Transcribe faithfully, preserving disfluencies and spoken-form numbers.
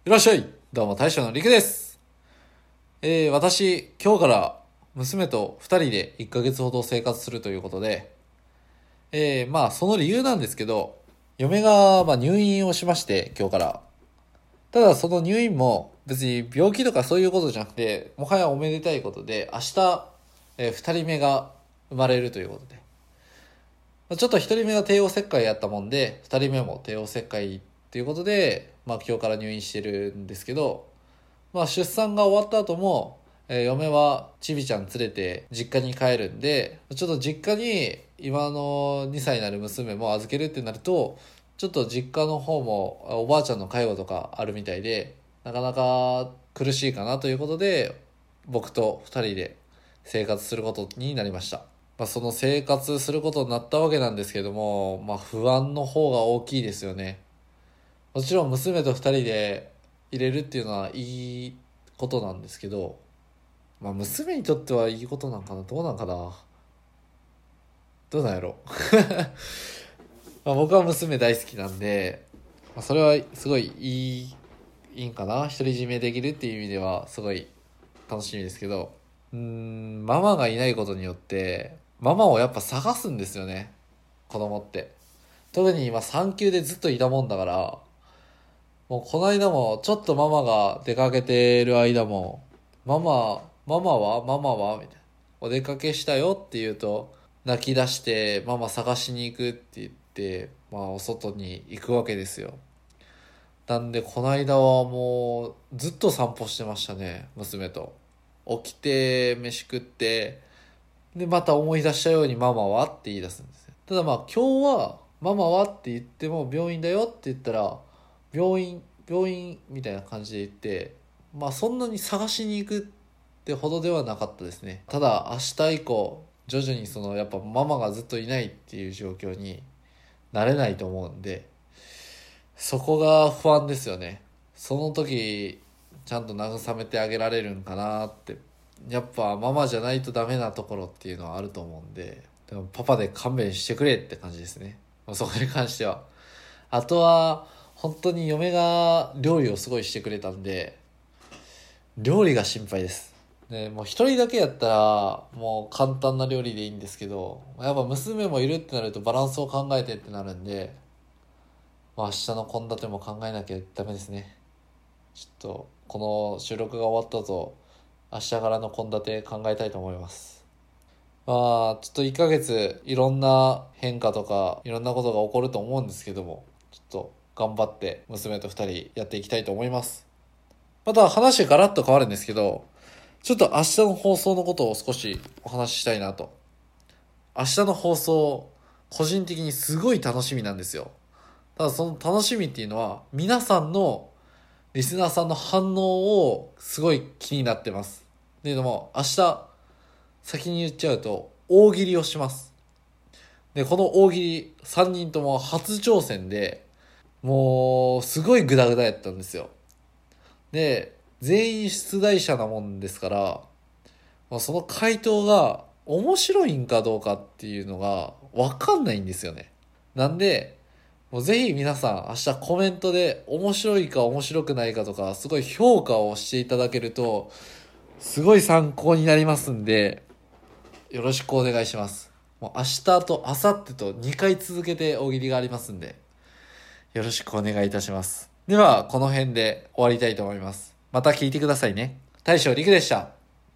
いらっしゃい。どうも大将のりくです。えー、私、今日から娘と二人でいっかげつほど生活するということで、えー、まあその理由なんですけど、嫁がまあ入院をしまして、今日から。ただその入院も別に病気とかそういうことじゃなくて、もはやおめでたいことで、明日、えー、二人目が生まれるということで。まあちょっと一人目が帝王切開やったもんで、二人目も帝王切開っていうことで、まあ今日から入院してるんですけど、まあ出産が終わった後も、えー嫁はちびちゃん連れて実家に帰るんで、ちょっと実家に今のにさいになる娘も預けるってなると、ちょっと実家の方もあおばあちゃんの介護とかあるみたいで、なかなか苦しいかなということで、僕と二人で生活することになりました。まあ、その生活することになったわけなんですけども、まあ不安の方が大きいですよね。もちろん娘と二人で入れるっていうのはいいことなんですけど、まあ娘にとってはいいことなんかな、どうなんかな、どうなんやろまあ僕は娘大好きなんで、まあ、それはすごいいい、いいんかな、独り占めできるっていう意味ではすごい楽しみですけど、うーん、ママがいないことによって、ママをやっぱ探すんですよね、子供って。特に今産休でずっといたもんだから、もうこの間もちょっとママが出かけてる間も、ママ、ママはママはみたいな。お出かけしたよって言うと、泣き出して、ママ探しに行くって言って、まあお外に行くわけですよ。なんでこの間はもうずっと散歩してましたね、娘と。起きて、飯食って、で、また思い出したようにママはって言い出すんですよ。ただまあ今日は、ママはって言っても病院だよって言ったら、病院、病院みたいな感じで言って、まあそんなに探しに行くってほどではなかったですね。ただ明日以降、徐々にそのやっぱママがずっといないっていう状況になれないと思うんで、そこが不安ですよね。その時、ちゃんと慰めてあげられるんかなって。やっぱママじゃないとダメなところっていうのはあると思うんで、でもパパで勘弁してくれって感じですね。そこに関しては。あとは、本当に嫁が料理をすごいしてくれたんで、料理が心配です。ね、もう一人だけやったら、もう簡単な料理でいいんですけど、やっぱ娘もいるってなるとバランスを考えてってなるんで、まあ明日の献立も考えなきゃダメですね。ちょっと、この収録が終わった後、明日からの献立考えたいと思います。まあ、ちょっといっかげついろんな変化とか、いろんなことが起こると思うんですけども、ちょっと頑張って娘と二人やっていきたいと思います。また話ガラッと変わるんですけど、ちょっと明日の放送のことを少しお話ししたいなと。明日の放送、個人的にすごい楽しみなんですよ。ただその楽しみっていうのは、皆さんのリスナーさんの反応をすごい気になってます。っていうのも、明日、先に言っちゃうと、大喜利をします。で、この大喜利、さんにんとも初挑戦で、もう、すごいグダグダやったんですよ。で、全員出題者なもんですから、まあ、その回答が面白いんかどうかっていうのがわかんないんですよね。なんで、もうぜひ皆さん明日コメントで面白いか面白くないかとか、すごい評価をしていただけると、すごい参考になりますんで、よろしくお願いします。もう明日と明後日とにかい続けて大喜利がありますんで、よろしくお願いいたします。では、この辺で終わりたいと思います。また聞いてくださいね。大将陸でした。